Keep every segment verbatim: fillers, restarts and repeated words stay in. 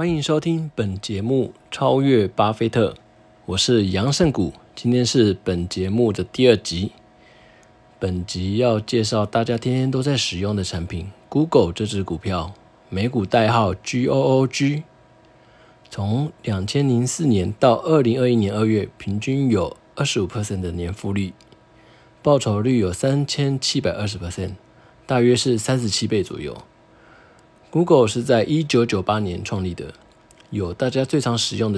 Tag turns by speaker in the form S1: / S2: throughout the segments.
S1: 欢迎收听本节目《超越巴菲特》，我是杨胜谷，今天是本节目的第二集。本集要介绍大家天天都在使用的产品 Google 这支股票，美股代号 G O O G， 从二零零四年到二零二一年二月，平均有 百分之二十五 的年复利，报酬率有 百分之三千七百二十， 大约是三十七倍左右。Google 是在一九九八年创立的，有大家最常使用的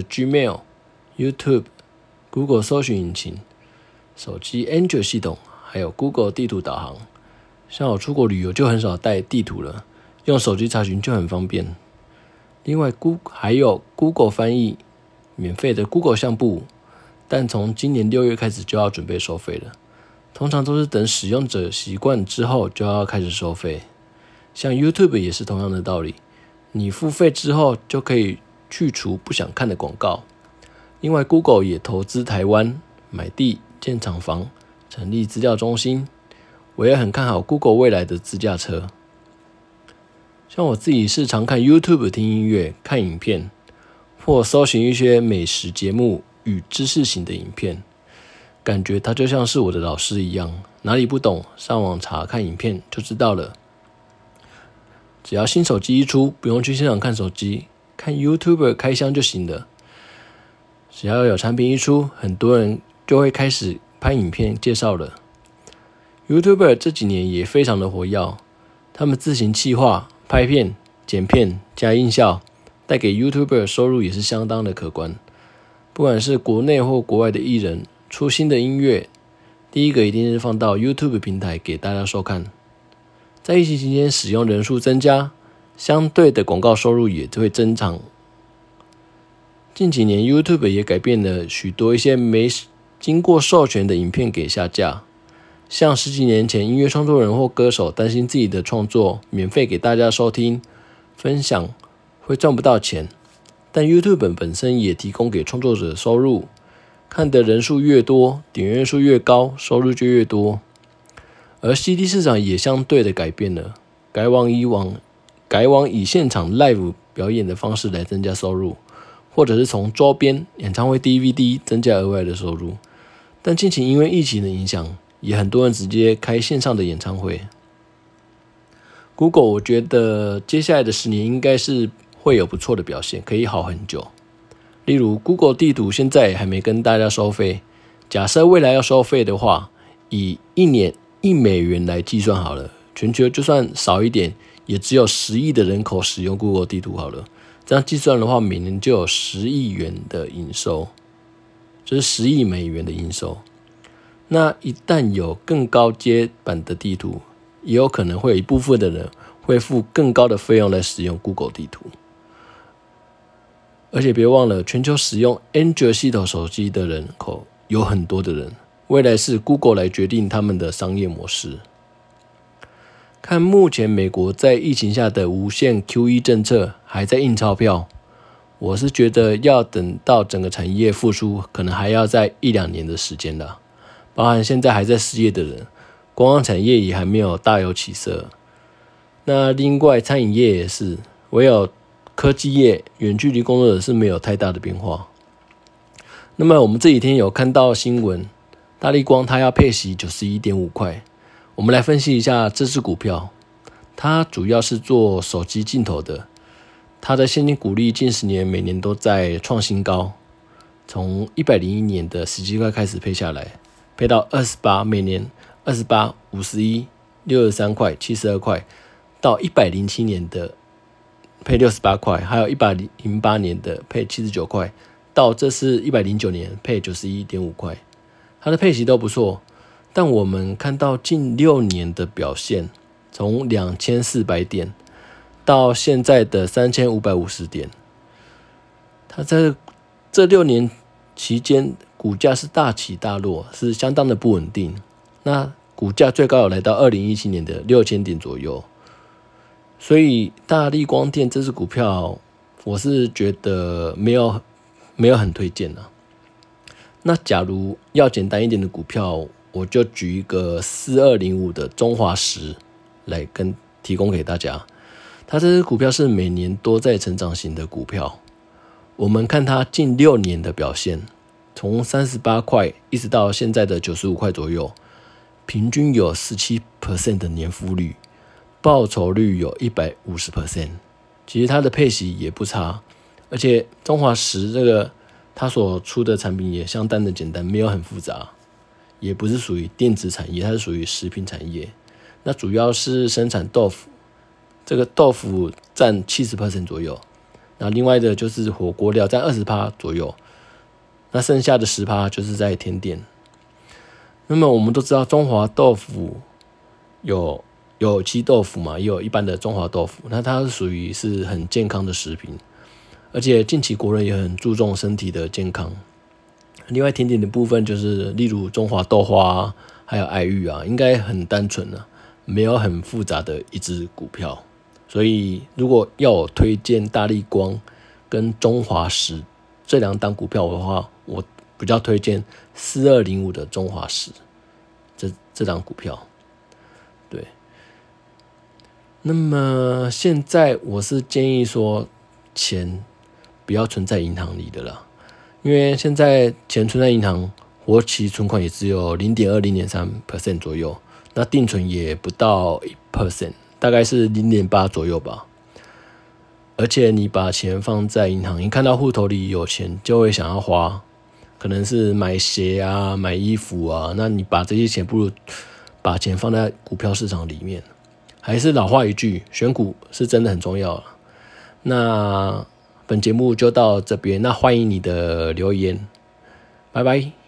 S1: Gmail、YouTube、Google 搜寻引擎、手机 Android 系统，还有 Google 地图导航。像我出国旅游就很少带地图了，用手机查询就很方便。另外 Google 还有 Google 翻译，免费的 Google 相簿，但从今年六月开始就要准备收费了。通常都是等使用者习惯之后就要开始收费。像 YouTube 也是同样的道理，你付费之后就可以去除不想看的广告。另外 Google 也投资台湾，买地、建厂房、成立资料中心。我也很看好 Google 未来的自驾车。像我自己是常看 YouTube 听音乐、看影片，或搜寻一些美食节目与知识型的影片，感觉它就像是我的老师一样，哪里不懂上网查看影片就知道了。只要新手机一出，不用去现场看手机，看 YouTuber 开箱就行了。只要有产品一出，很多人就会开始拍影片介绍了。YouTuber 这几年也非常的活跃，他们自行企划、拍片、剪片、加音效，带给 YouTuber 收入也是相当的可观。不管是国内或国外的艺人出新的音乐，第一个一定是放到 YouTube 平台给大家收看。在疫情期间，使用人数增加，相对的广告收入也会增长。近几年 YouTube 也改变了许多一些没经过授权的影片给下架，像十几年前音乐创作人或歌手担心自己的创作免费给大家收听分享会赚不到钱，但 YouTube 本身也提供给创作者收入，看的人数越多，点阅数越高，收入就越多。而 C D 市场也相对的改变了，改往以往改往以现场 live 表演的方式来增加收入，或者是从周边演唱会 D V D 增加额外的收入。但近期因为疫情的影响，也很多人直接开线上的演唱会。Google 我觉得接下来的十年应该是会有不错的表现，可以好很久。例如 Google 地图现在还没跟大家收费，假设未来要收费的话，以一年一美元来计算好了，全球就算少一点，也只有十亿的人口使用 Google 地图好了。这样计算的话，每年就有十亿元的营收，就是十亿美元的营收。那一旦有更高阶版的地图，也有可能会有一部分的人会付更高的费用来使用 Google 地图。而且别忘了，全球使用 Android 系统手机的人口有很多的人。未来是 Google 来决定他们的商业模式。看目前美国在疫情下的无限 Q E 政策还在印钞票，我是觉得要等到整个产业复苏，可能还要在一两年的时间了。包含现在还在失业的人，观光产业也还没有大有起色。那另外餐饮业也是，唯有科技业、远距离工作者是没有太大的变化。那么我们这几天有看到新闻，大立光它要配息 九十一点五块，我们来分析一下这支股票。它主要是做手机镜头的，它的现金股利近十年每年都在创新高，从一百零一年的十七块开始配下来，配到二十八，每年二十八、五十一、六十三块、七十二块，到一百零七年的配六十八块，还有一百零八年的配七十九块，到这是一百零九年配 九十一点五块。它的配息都不错，但我们看到近六年的表现，从两千四百点到现在的三千五百五十点，它在这六年期间股价是大起大落，是相当的不稳定。那股价最高有来到二零一七年的六千点左右，所以大立光电这支股票，我是觉得没有没有很推荐啊。那假如要简单一点的股票，我就举一个四二零五的中华石来跟提供给大家。 它这支股票是每年都在成长型的股票。我们看它近六年的表现，从三十八块一直到现在的九十五块左右，平均有 百分之十七 的年复率，报酬率有 百分之一百五十。其实它的配息也不差，而且中华石这个它所出的产品也相当的简单，没有很复杂，也不是属于电子产业，它是属于食品产业。那主要是生产豆腐，这个豆腐占 百分之七十 左右，那另外的就是火锅料占 百分之二十 左右，那剩下的 百分之十 就是在甜点。那么我们都知道中华豆腐有有机豆腐嘛，也有一般的中华豆腐，那它是属于是很健康的食品，而且近期国人也很注重身体的健康。另外甜点的部分就是例如中华豆花啊，还有爱玉啊，应该很单纯啊，没有很复杂的一支股票。所以如果要我推荐大立光跟中华石这两档股票的话，我比较推荐四二零五的中华石这这档股票。对，那么现在我是建议说钱不要存在银行里的啦，因为现在钱存在银行，活期存款也只有 百分之零点二、零点三 左右，那定存也不到 百分之一， 大概是 零点八 左右吧。而且你把钱放在银行，你看到户头里有钱就会想要花，可能是买鞋啊、买衣服啊，那你把这些钱不如把钱放在股票市场里面。还是老话一句，选股是真的很重要。那本节目就到这边，那欢迎你的留言，拜拜。